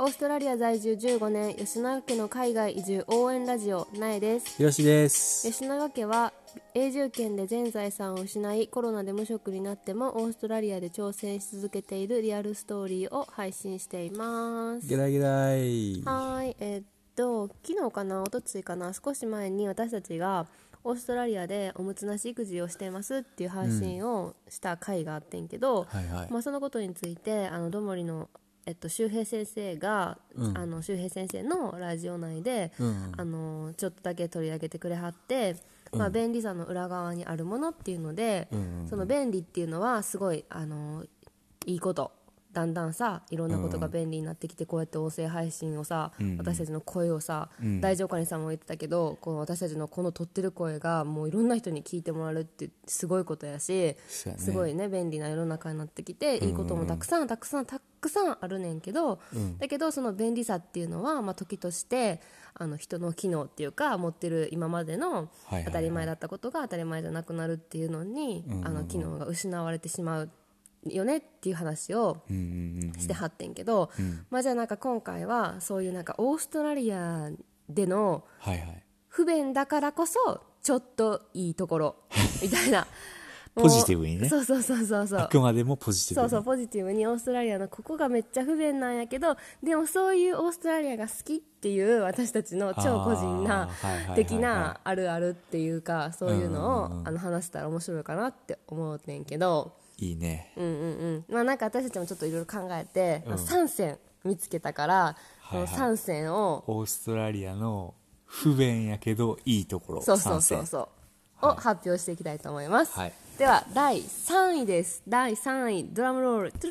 オーストラリア在住15年吉永家の海外移住応援ラジオなえです。 ひろしです。 吉永家は永住権で全財産を失いコロナで無職になってもオーストラリアで挑戦し続けているリアルストーリーを配信しています。 ゲラゲライ。 はい、昨日かな一昨日かな少し前に私たちがオーストラリアでおむつなし育児をしていますっていう配信をした回があってんけど、そのことについてどもりの周平先生が、周平先生のラジオ内で、ちょっとだけ取り上げてくれはって、便利さの裏側にあるものっていうので、その便利っていうのはすごいいいこと、だんだんさいろんなことが便利になってきて、こうやって音声配信をさ、私たちの声をさ、大丈夫かねさんも言ってたけど、この私たちのこの撮ってる声がもういろんな人に聞いてもらえるってすごいことやし、すごいね便利な世の中になってきて、いいこともたくさんあるねんけど、だけどその便利さっていうのは、時として人の機能っていうか持ってる今までの当たり前だったことが当たり前じゃなくなるっていうのに、機能が失われてしまうよねっていう話をしてはってんけど、じゃあ今回はそういうオーストラリアでの不便だからこそちょっといいところみたいなポジティブにね。 そうあくまでもポジティブに。 そうポジティブにオーストラリアのここがめっちゃ不便なんやけど、でもそういうオーストラリアが好きっていう私たちの超個人な的なあるあるっていうか、そういうのを話したら面白いかなって思うてんけど、 いいね。 私たちもちょっといろいろ考えて、3選見つけたから、この3選をオーストラリアの不便やけどいいところを発表していきたいと思います。では第3位です。第3位ドラムロール。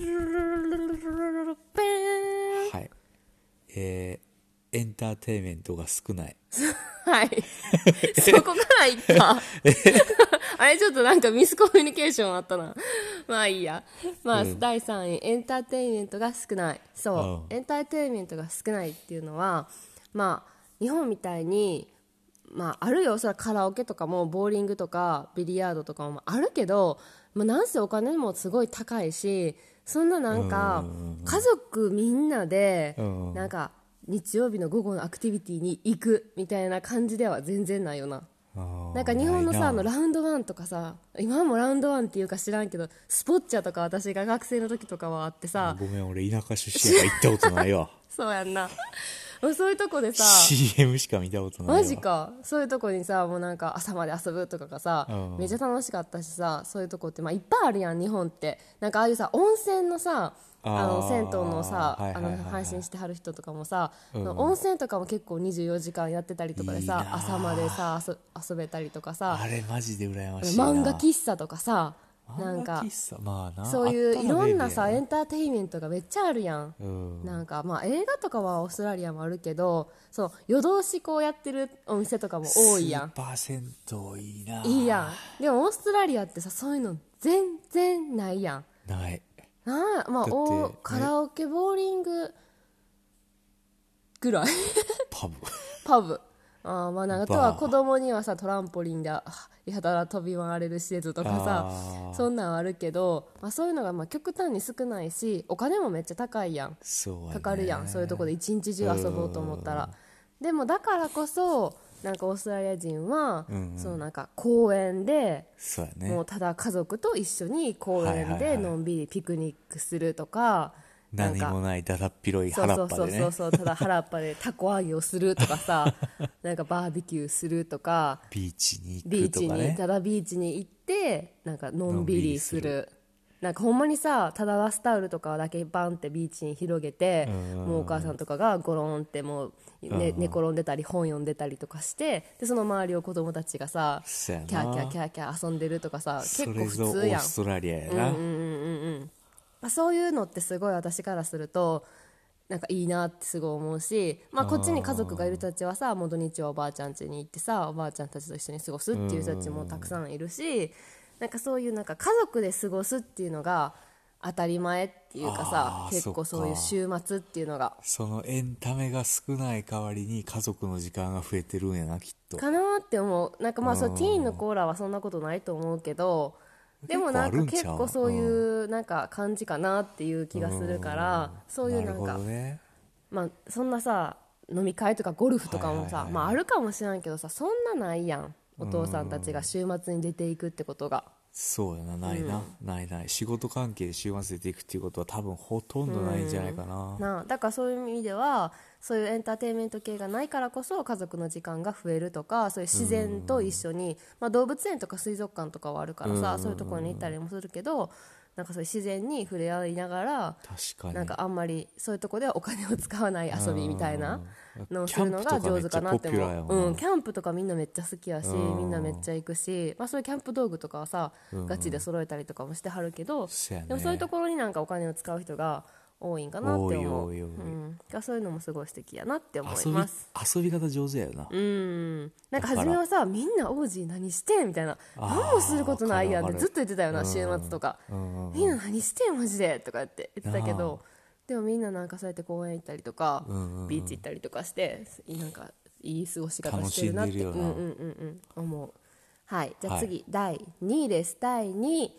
はい。エンターテインメントが少ない。 はい。そこからいったあれちょっとミスコミュニケーションあったな。まあいいや。第3位エンターテインメントが少ない。そう、エンターテインメントが少ないっていうのは、日本みたいにあるよ、それはカラオケとかもボーリングとかビリヤードとかもあるけど、なんせお金もすごい高いし、そんな家族みんなで日曜日の午後のアクティビティに行くみたいな感じでは全然ないよな。日本のさラウンドワンとかさ、今もラウンドワンっていうか知らんけど、スポッチャとか私が学生の時とかはあってさ。 ごめん、俺田舎出身やから行ったことないわそうやんな。そういうとこでさ CM しか見たことないわ。 マジか。そういうとこにさ、もう朝まで遊ぶとかがさ、めっちゃ楽しかったしさ、そういうとこっていっぱいあるやん日本って。ああいうさ温泉のさ、銭湯のさ、配信してはる人とかもさ、温泉とかも結構24時間やってたりとかでさ、朝までさ遊べたりとかさ、 あれマジで羨ましいな。 漫画喫茶とかさ、そういういろんなさエンターテインメントがめっちゃあるやん。映画とかはオーストラリアもあるけど、そう夜通しこうやってるお店とかも多いやん。 スーパー銭湯いいな。 いいやん。でもオーストラリアってさ、そういうの全然ないやん。 ないカラオケボーリングぐらいパブあとは子供にはさトランポリンでやたら飛び回れる施設とかさ、そんなんあるけど、そういうのが極端に少ないし、お金もめっちゃ高いやん。かかるやん、そういうとこで一日中遊ぼうと思ったら。でもだからこそオーストラリア人は、公園で、もうただ家族と一緒に公園でのんびりピクニックするとか、 何もないだだっ広い原っぱでね、 ただ原っぱでたこ揚げをするとかさバーベキューするとか、 ビーチに行くとかね、 ただビーチに行ってのんびりする。ほんまにさ、ただバスタオルとかだけバンってビーチに広げて、もうお母さんとかがゴロンってもう、寝転んでたり本読んでたりとかして、でその周りを子供たちがさキャーキャーキャーキャー遊んでるとかさ、結構普通やん。 それぞオーストラリアやな。 そういうのってすごい私からするといいなってすごい思うし、こっちに家族がいる人たちはさ、もう土日はおばあちゃん家に行ってさ、おばあちゃんたちと一緒に過ごすっていう人たちもたくさんいるし、そういう家族で過ごすっていうのが当たり前っていうかさ、結構そういう週末っていうのがそのエンタメが少ない代わりに家族の時間が増えてるんやな、きっとかなって思う。そうティーンのコーラはそんなことないと思うけど、でも結構そういう感じかなっていう気がするから、そういうまあそんなさ飲み会とかゴルフとかもさ、 はいはいはいはいまああるかもしれんけどさ、そんなないやん、お父さんたちが週末に出ていくってことが。 そうやな、ないな、ない仕事関係で週末出ていくっていうことは多分ほとんどないんじゃないかな、 だからそういう意味ではそういうエンターテインメント系がないからこそ家族の時間が増えるとか、そういう自然と一緒に、まあ、動物園とか水族館とかはあるからさ、そういうところに行ったりもするけど、なんかそういう自然に触れ合いながら、 確かになんかあんまりそういうところではお金を使わない遊びみたいなのをするのが上手かなって思う。キャンプとかみんなめっちゃ好きやし、みんなめっちゃ行くし、まあ、そういうキャンプ道具とかはさ、ガチで揃えたりとかもしてはるけど、でもそういうところになんかお金を使う人が多いんかなって思う。そういうのもすごい素敵やなって思います。 遊び方上手やよな。 なんか初めはさ、みんな王子何してんみたいな、何もすることないやんってずっと言ってたよな、週末とか。みんな何してんマジでとかって言ってたけど、でもみんななんかそうやって公園行ったりとか、ビーチ行ったりとかしてなんかいい過ごし方してるなって思う。はい、じゃあ次、第2位です。第2位、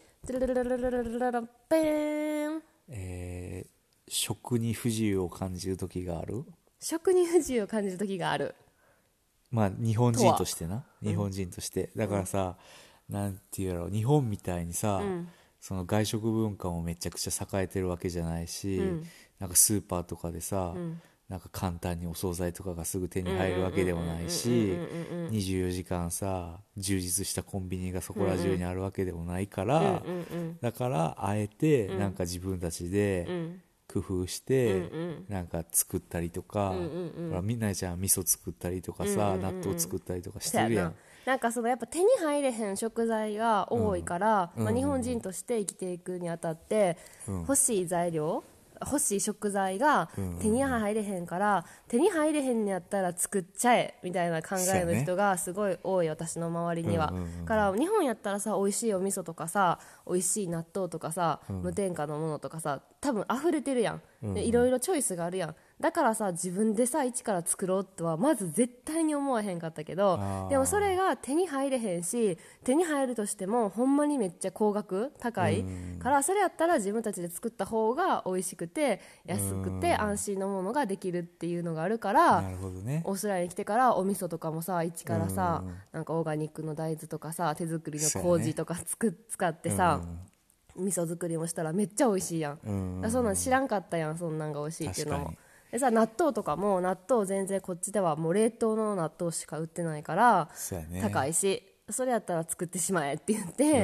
食に不自由を感じる時がある。 食に不自由を感じる時がある。 まあ日本人としてな、日本人としてだからさ、なんていうやろ、日本みたいにさ、その外食文化もめちゃくちゃ栄えてるわけじゃないし、なんかスーパーとかでさ、なんか簡単にお惣菜とかがすぐ手に入るわけでもないし、24時間さ充実したコンビニがそこら中にあるわけでもないから、だからあえてなんか自分たちで工夫してなんか作ったりとか、みんなちゃん味噌作ったりとかさ、納豆作ったりとかしてるやん。 なんかそのやっぱ手に入れへん食材が多いから、まあ、日本人として生きていくにあたって欲しい材料、欲しい食材が手に入れへんから、手に入れへんのやったら作っちゃえみたいな考えの人がすごい多い、私の周りには。から日本やったらさ、美味しいお味噌とかさ、美味しい納豆とかさ、無添加のものとかさ、多分溢れてるやん。でいろいろチョイスがあるやん。だからさ、自分でさ一から作ろうとはまず絶対に思わへんかったけど、でもそれが手に入れへんし、手に入るとしてもほんまにめっちゃ高額高いから、それやったら自分たちで作った方が美味しくて安くて安心のものができるっていうのがあるから、 なるほどね、 オーストラリアに来てからお味噌とかもさ一からさ、なんかオーガニックの大豆とかさ手作りの麹とか使ってさ、味噌作りもしたらめっちゃ美味しいやん。そんなん知らんかったやん、そんなんが美味しいっていうのも。でさ、納豆とかも納豆全然こっちではもう冷凍の納豆しか売ってないから高いし、それやったら作ってしまえって言って、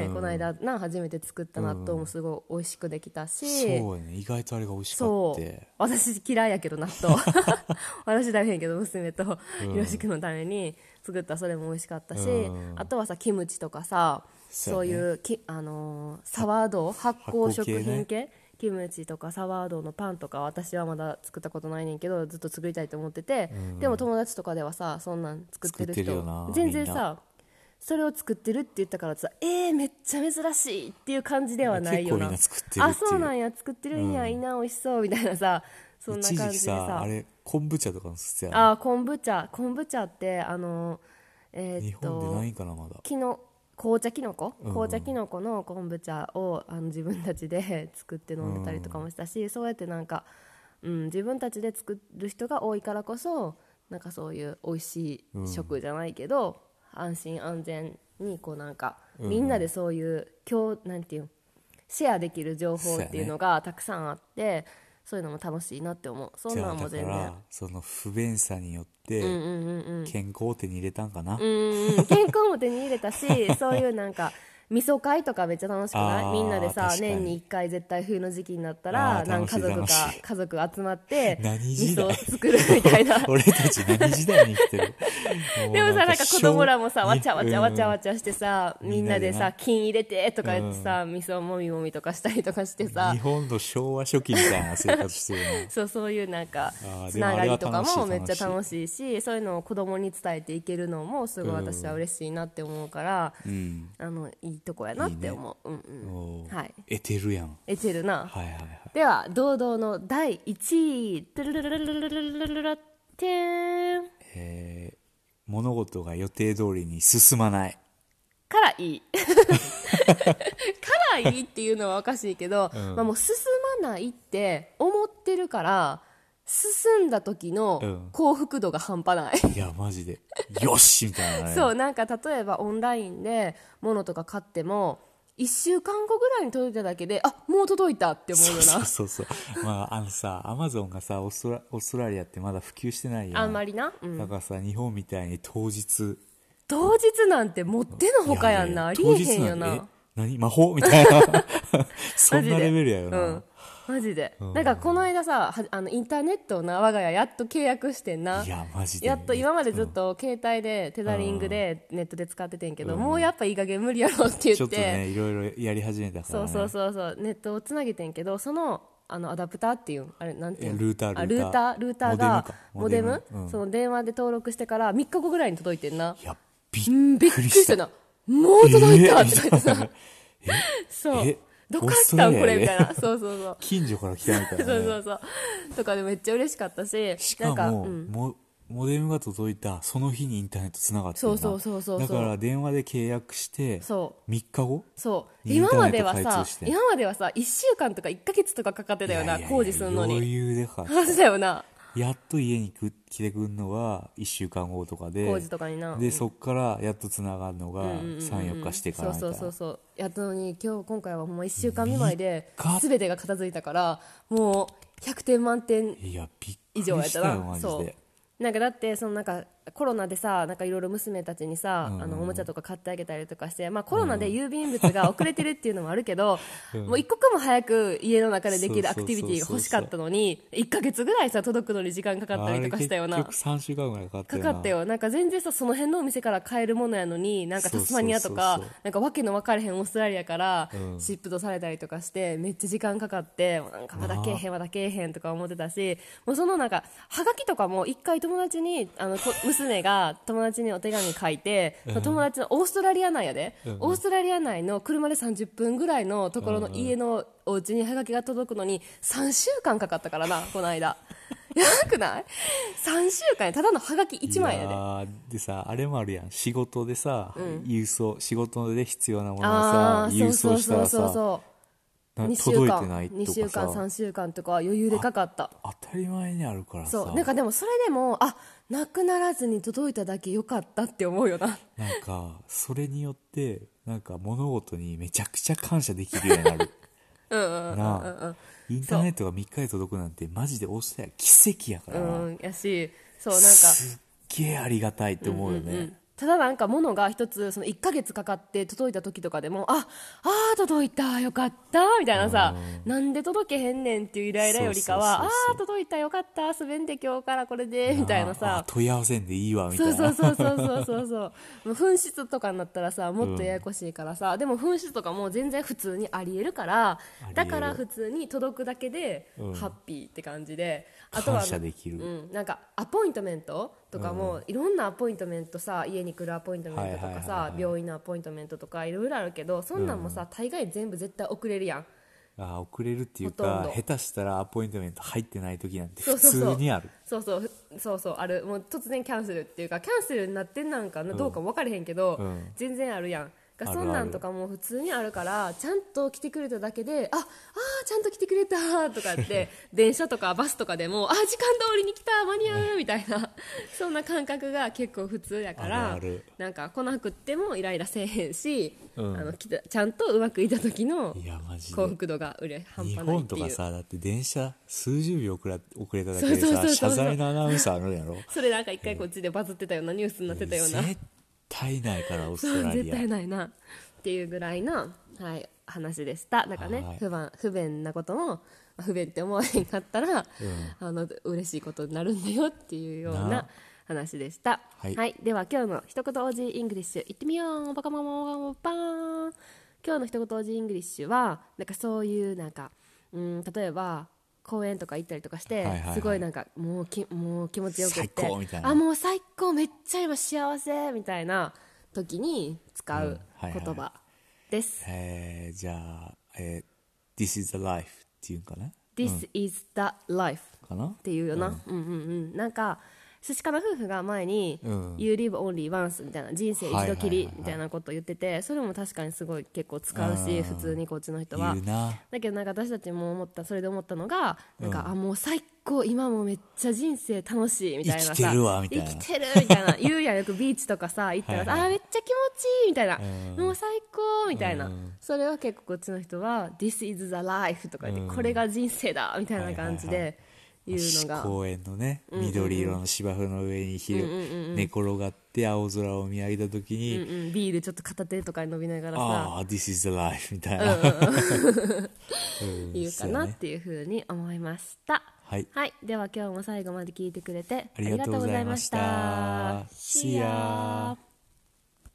この間初めて作った納豆もすごい美味しくできたし、 そうやね、意外とあれが美味しかった。 私嫌いやけど納豆私大変やけど娘とひろしくんのために作ったそれも美味しかったし、あとはさキムチとかさ、そういうサワード発酵食品系、キムチとかサワードのパンとか私はまだ作ったことないねんけど、ずっと作りたいと思ってて、でも友達とかではさそんなん作ってる人全然さ、それを作ってるって言ったからさ、めっちゃ珍しいっていう感じではないよな。 結構みんな作ってるっていう、 あ、そうなんや、作ってるんや、いいな、美味しそうみたいなさ、そんな感じでさ、 あれ昆布茶とかも作ってたよね。 昆布茶って日本でないんかな、まだ。 紅茶きのこの昆布茶を自分たちで作って飲んでたりとかもしたし、そうやってなんか、自分たちで作る人が多いからこそ、なんかそういう美味しい食じゃないけど、安心安全にこうなんか、みんなでそういうなんていうシェアできる情報っていうのがたくさんあって、そういうのも楽しいなって思う。そんなんも全然。 だからその不便さによって健康を手に入れたんかな。 健康も手に入れたし、そういうなんか味噌会とかめっちゃ楽しくない？みんなでさ年に1回絶対冬の時期になったらなんか家族集まって味噌を作るみたいな俺たち何時代に生きてるでもさ、なんか子供らもさわちゃわちゃしてさ、みんなでさ菌入れてとか言ってさ、味噌もみもみとかしたりとかしてさ、 日本の昭和初期みたいな生活してるなそういうなんかつながりとかもめっちゃ楽しいし、そういうのを子供に伝えていけるのもすごい私は嬉しいなって思うから、いいとこやなって思う。はい。 得てるやん。 得てるな。 はいはいはい。 では堂々の第1位、トゥルルルルルルルルルてーん。 物事が予定通りに進まない。 からいい。からいいっていうのはおかしいけど、もう進まないって思ってるから進んだ時の幸福度が半端ない、 いやマジでよしみたいなね。 そうなんか例えばオンラインで物とか買っても1週間後ぐらいに届いただけで、あ、もう届いたって思うよな。 そうそうそうまあさアマゾンがさオーストラリアってまだ普及してないやん。 あんまりな、 だからさ日本みたいに当日なんてもってのほかやんな。ありえへんよな。 何魔法みたいなそんなレベルやよな。 マジで、なんかこの間さインターネットをな我が家やっと契約してんな。 いやマジでやっと今までずっと携帯でテザリングでネットで使っててんけど、もうやっぱいい加減無理やろって言ってちょっとねいろいろやり始めたからね。 そうネットをつなげてんけど、そのアダプターっていうあれなんていうの、 ルーターがモデム、その電話で登録してから3日後ぐらいに届いてんな。 いやびっくりしたな。もう届いたって言ってさ、そうどこから来たんこれみたいな。そう近所から来たみたいな、ね、 そうとかでめっちゃ嬉しかったし、 しかも、モデムが届いたその日にインターネットつながってるな。 そうだから電話で契約して3日後今まではさ1週間とか1ヶ月とかかかってたよな、工事するのに。 余裕でかはずだよな。 やっと家に来てくるのが1週間後とかで、 工事とかにな。 でそっからやっとつながるのが3、4日してからみたいな。 そうやったのに今回はもう1週間未満で全てが片付いたから、もう100点満点以上やったな。 マジでなんかだってそのなんかコロナでさ、なんかいろいろ娘たちにさ、おもちゃとか買ってあげたりとかして、まあ、コロナで郵便物が遅れてるっていうのもあるけど、もう一刻も早く家の中でできるアクティビティが欲しかったのに、1ヶ月ぐらいさ届くのに時間かかったりとかしたよな。 結局3週間ぐらいかかったよ。なんか全然さ、その辺のお店から買えるものやのに、なんかタスマニアとかなんかわけの分かれへんオーストラリアからシップとされたりとかして、めっちゃ時間かかって、なんかまだけえへんとか思ってたし、もうそのなんかはがきとかも一回友達に娘が友達にお手紙書いて、友達のオーストラリア内やで、オーストラリア内の車で30分ぐらいのところの家のお家にはがきが届くのに3週間かかったからな、この間。やばくない？ 3 週間ただのはがき1枚やで。 でさ、あれもあるやん、仕事でさ、仕事で必要なものをさ郵送したらさ 2週間2週間3週間とか余裕でかかった。 当たり前にあるからさ。 なんかでもそれでもなくならずに届いただけよかったって思うよな。 なんかそれによってなんか物事にめちゃくちゃ感謝できるようになるインターネットが3日で届くなんてマジでオーストラリア奇跡やから、 やし、そうなんかすっげえありがたいって思うよね。 ただなんか物が一つその1ヶ月かかって届いた時とかでも届いたよかったみたいなさ、なんで届けへんねんっていうイライラよりかは届いたよかったすべんで今日からこれでみたいなさ、 問い合わせんでいいわみたいな。 そうもう紛失とかになったらさもっとややこしいからさ、でも紛失とかも全然普通にありえるから、だから普通に届くだけでハッピーって感じで、あとは感謝できる、 なんかアポイントメントとかも、いろんなアポイントメントさ、家に来るアポイントメントとかさ、病院のアポイントメントとかいろいろあるけど、そんなんもさ、大概全部絶対遅れるやん。 遅れるっていうか、下手したらアポイントメント入ってない時なんて普通にある。 そうある。もう突然キャンセルっていうか、キャンセルになってんなんかどうか分かれへんけど、全然あるやん。そんなんとかも普通にあるから、ちゃんと来てくれただけでちゃんと来てくれたとかって電車とかバスとかでも時間通りに来た間に合うみたいなそんな感覚が結構普通やから、なんか来なくってもイライラせえへんし、ちゃんとうまくいった時の幸福度が半端ないっていう。 日本とかさ、だって電車数十秒遅れただけでさ、謝罪のアナウンスあるやろ。 それなんか一回こっちでバズってたようなニュースになってたような。 絶対ないからオーストラリア。 絶対ないなっていうぐらいの、話でした。だからね、不便なことも不便って思わへんかったら、嬉しいことになるんだよっていうような話でした。では今日の一言オージーイングリッシュいってみよう。バカママパーン。今日の一言オージーイングリッシュはなんかそういうなんか例えば公園とか行ったりとかして、すごいなんかもう気持ちよくって最高みたいな、 もう最高めっちゃ今幸せみたいな時に使う言葉です。 じゃあ、This is the life っていうかな。 This is the life かなっていうよな。なんか寿司かな夫婦が前に、You live only once みたいな、人生一度きりみたいなことを言ってて、それも確かにすごい結構使うし、普通にこっちの人はだけど、なんか私たちもそれで思ったのが、なんか、もう最高、今もめっちゃ人生楽しいみたいなさ、 生きてるわみたいな、 生きてるみたいな言うやん、よくビーチとかさ行ったら、めっちゃ気持ちいいみたいな、もう最高みたいな、それは結構こっちの人は This is the life とか言って、これが人生だみたいな感じで言うのが、 公園のね、緑色の芝生の上に寝転がって青空を見上げた時に、 ビールちょっと片手とかに飲みながらさ、 This is the life みたいな、 言うかなっていうふうに思いました。 はい、 では今日も最後まで聞いてくれてありがとうございました。 See ya。